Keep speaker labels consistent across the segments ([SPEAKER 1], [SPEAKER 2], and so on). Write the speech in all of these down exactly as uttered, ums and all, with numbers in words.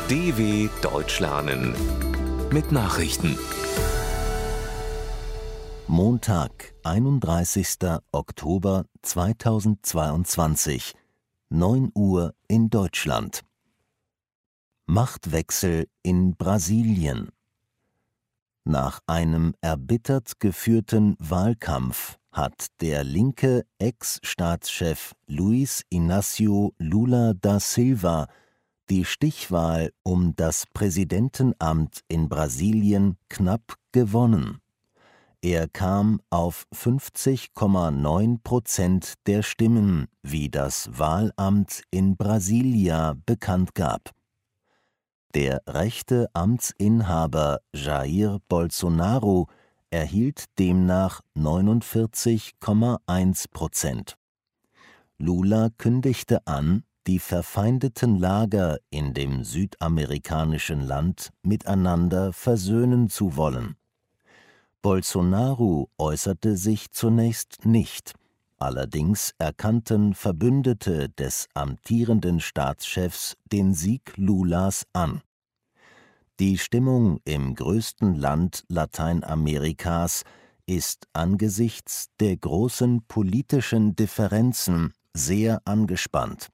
[SPEAKER 1] D W Deutsch lernen mit Nachrichten.
[SPEAKER 2] Montag, einunddreißigster Oktober zweitausendzweiundzwanzig, neun Uhr in Deutschland. Machtwechsel in Brasilien. Nach einem erbittert geführten Wahlkampf hat der linke Ex-Staatschef Luiz Inácio Lula da Silva die Stichwahl um das Präsidentenamt in Brasilien knapp gewonnen. Er kam auf fünfzig Komma neun Prozent der Stimmen, wie das Wahlamt in Brasília bekannt gab. Der rechte Amtsinhaber Jair Bolsonaro erhielt demnach neunundvierzig Komma eins Prozent. Lula kündigte an, die verfeindeten Lager in dem südamerikanischen Land miteinander versöhnen zu wollen. Bolsonaro äußerte sich zunächst nicht, allerdings erkannten Verbündete des amtierenden Staatschefs den Sieg Lulas an. Die Stimmung im größten Land Lateinamerikas ist angesichts der großen politischen Differenzen sehr angespannt.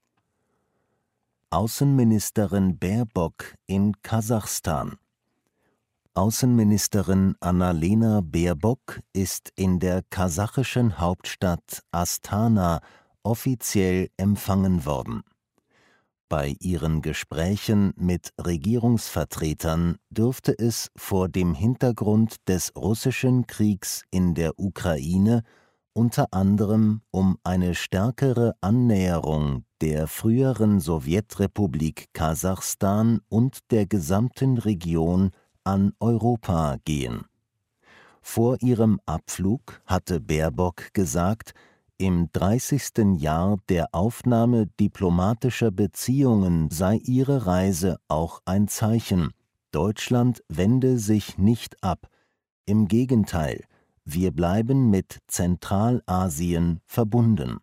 [SPEAKER 2] Außenministerin Baerbock in Kasachstan. Außenministerin Annalena Baerbock ist in der kasachischen Hauptstadt Astana offiziell empfangen worden. Bei ihren Gesprächen mit Regierungsvertretern dürfte es vor dem Hintergrund des russischen Kriegs in der Ukraine unter anderem um eine stärkere Annäherung der früheren Sowjetrepublik Kasachstan und der gesamten Region an Europa gehen. Vor ihrem Abflug hatte Baerbock gesagt, im dreißigsten Jahr der Aufnahme diplomatischer Beziehungen sei ihre Reise auch ein Zeichen. Deutschland wende sich nicht ab. Im Gegenteil, wir bleiben mit Zentralasien verbunden.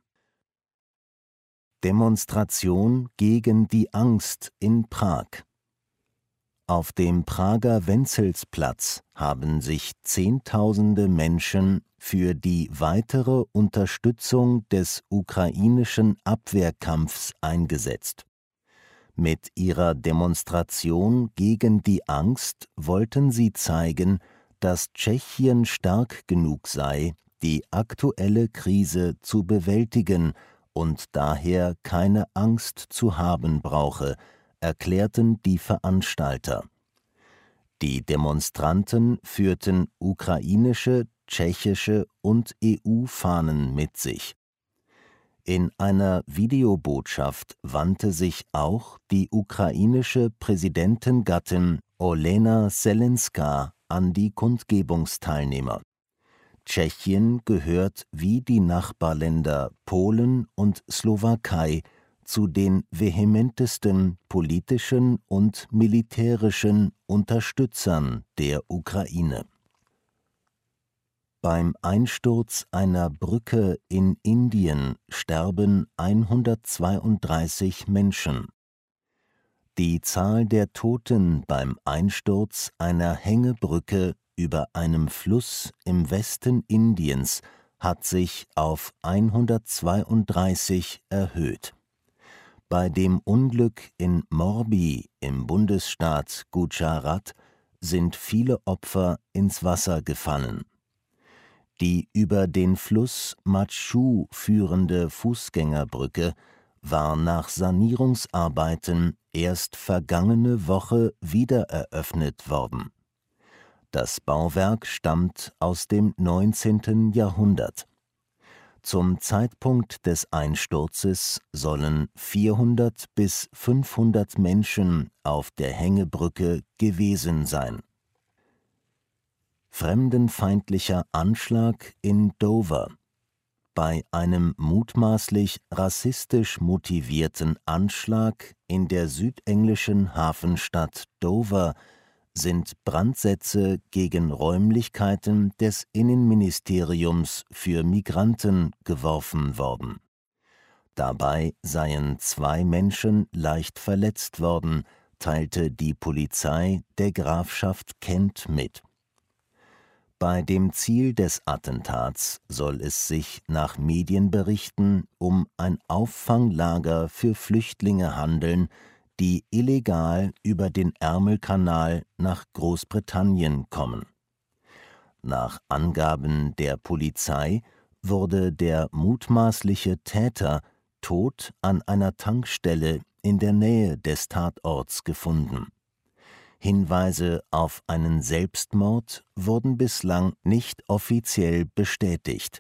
[SPEAKER 2] Demonstration gegen die Angst in Prag. Auf dem Prager Wenzelsplatz haben sich Zehntausende Menschen für die weitere Unterstützung des ukrainischen Abwehrkampfs eingesetzt. Mit ihrer Demonstration gegen die Angst wollten sie zeigen, dass Tschechien stark genug sei, die aktuelle Krise zu bewältigen und daher keine Angst zu haben brauche, erklärten die Veranstalter. Die Demonstranten führten ukrainische, tschechische und E U-Fahnen mit sich. In einer Videobotschaft wandte sich auch die ukrainische Präsidentengattin Olena Zelenska an die Kundgebungsteilnehmer. Tschechien gehört wie die Nachbarländer Polen und Slowakei zu den vehementesten politischen und militärischen Unterstützern der Ukraine. Beim Einsturz einer Brücke in Indien sterben hundertzweiunddreißig Menschen. Die Zahl der Toten beim Einsturz einer Hängebrücke über einem Fluss im Westen Indiens hat sich auf hundertzweiunddreißig erhöht. Bei dem Unglück in Morbi im Bundesstaat Gujarat sind viele Opfer ins Wasser gefallen. Die über den Fluss Matschu führende Fußgängerbrücke war nach Sanierungsarbeiten erst vergangene Woche wiedereröffnet worden. Das Bauwerk stammt aus dem neunzehnten Jahrhundert. Zum Zeitpunkt des Einsturzes sollen vierhundert bis fünfhundert Menschen auf der Hängebrücke gewesen sein. Fremdenfeindlicher Anschlag in Dover. Bei einem mutmaßlich rassistisch motivierten Anschlag in der südenglischen Hafenstadt Dover sind Brandsätze gegen Räumlichkeiten des Innenministeriums für Migranten geworfen worden. Dabei seien zwei Menschen leicht verletzt worden, teilte die Polizei der Grafschaft Kent mit. Bei dem Ziel des Attentats soll es sich nach Medienberichten um ein Auffanglager für Flüchtlinge handeln, die illegal über den Ärmelkanal nach Großbritannien kommen. Nach Angaben der Polizei wurde der mutmaßliche Täter tot an einer Tankstelle in der Nähe des Tatorts gefunden. Hinweise auf einen Selbstmord wurden bislang nicht offiziell bestätigt.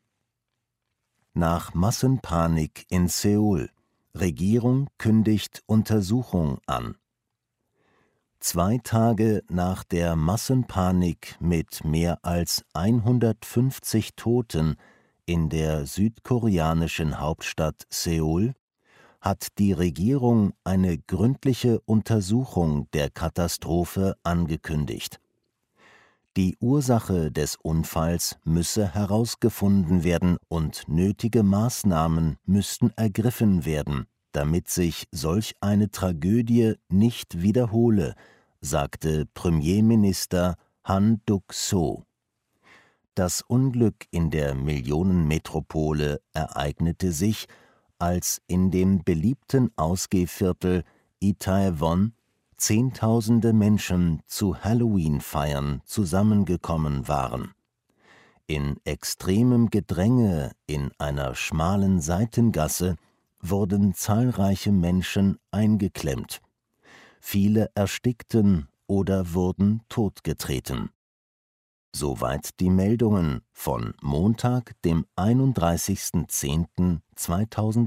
[SPEAKER 2] Nach Massenpanik in Seoul. Regierung kündigt Untersuchung an. Zwei Tage nach der Massenpanik mit mehr als hundertfünfzig Toten in der südkoreanischen Hauptstadt Seoul hat die Regierung eine gründliche Untersuchung der Katastrophe angekündigt. Die Ursache des Unfalls müsse herausgefunden werden und nötige Maßnahmen müssten ergriffen werden, damit sich solch eine Tragödie nicht wiederhole, sagte Premierminister Han Duck-soo. Das Unglück in der Millionenmetropole ereignete sich, als in dem beliebten Ausgehviertel Itaewon Zehntausende Menschen zu Halloween-Feiern zusammengekommen waren. In extremem Gedränge in einer schmalen Seitengasse wurden zahlreiche Menschen eingeklemmt. Viele erstickten oder wurden totgetreten. Soweit die Meldungen von Montag, dem einunddreißigsten zehnten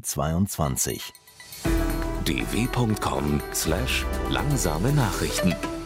[SPEAKER 2] zweitausendzweiundzwanzig.
[SPEAKER 1] d w punkt com slash langsame Nachrichten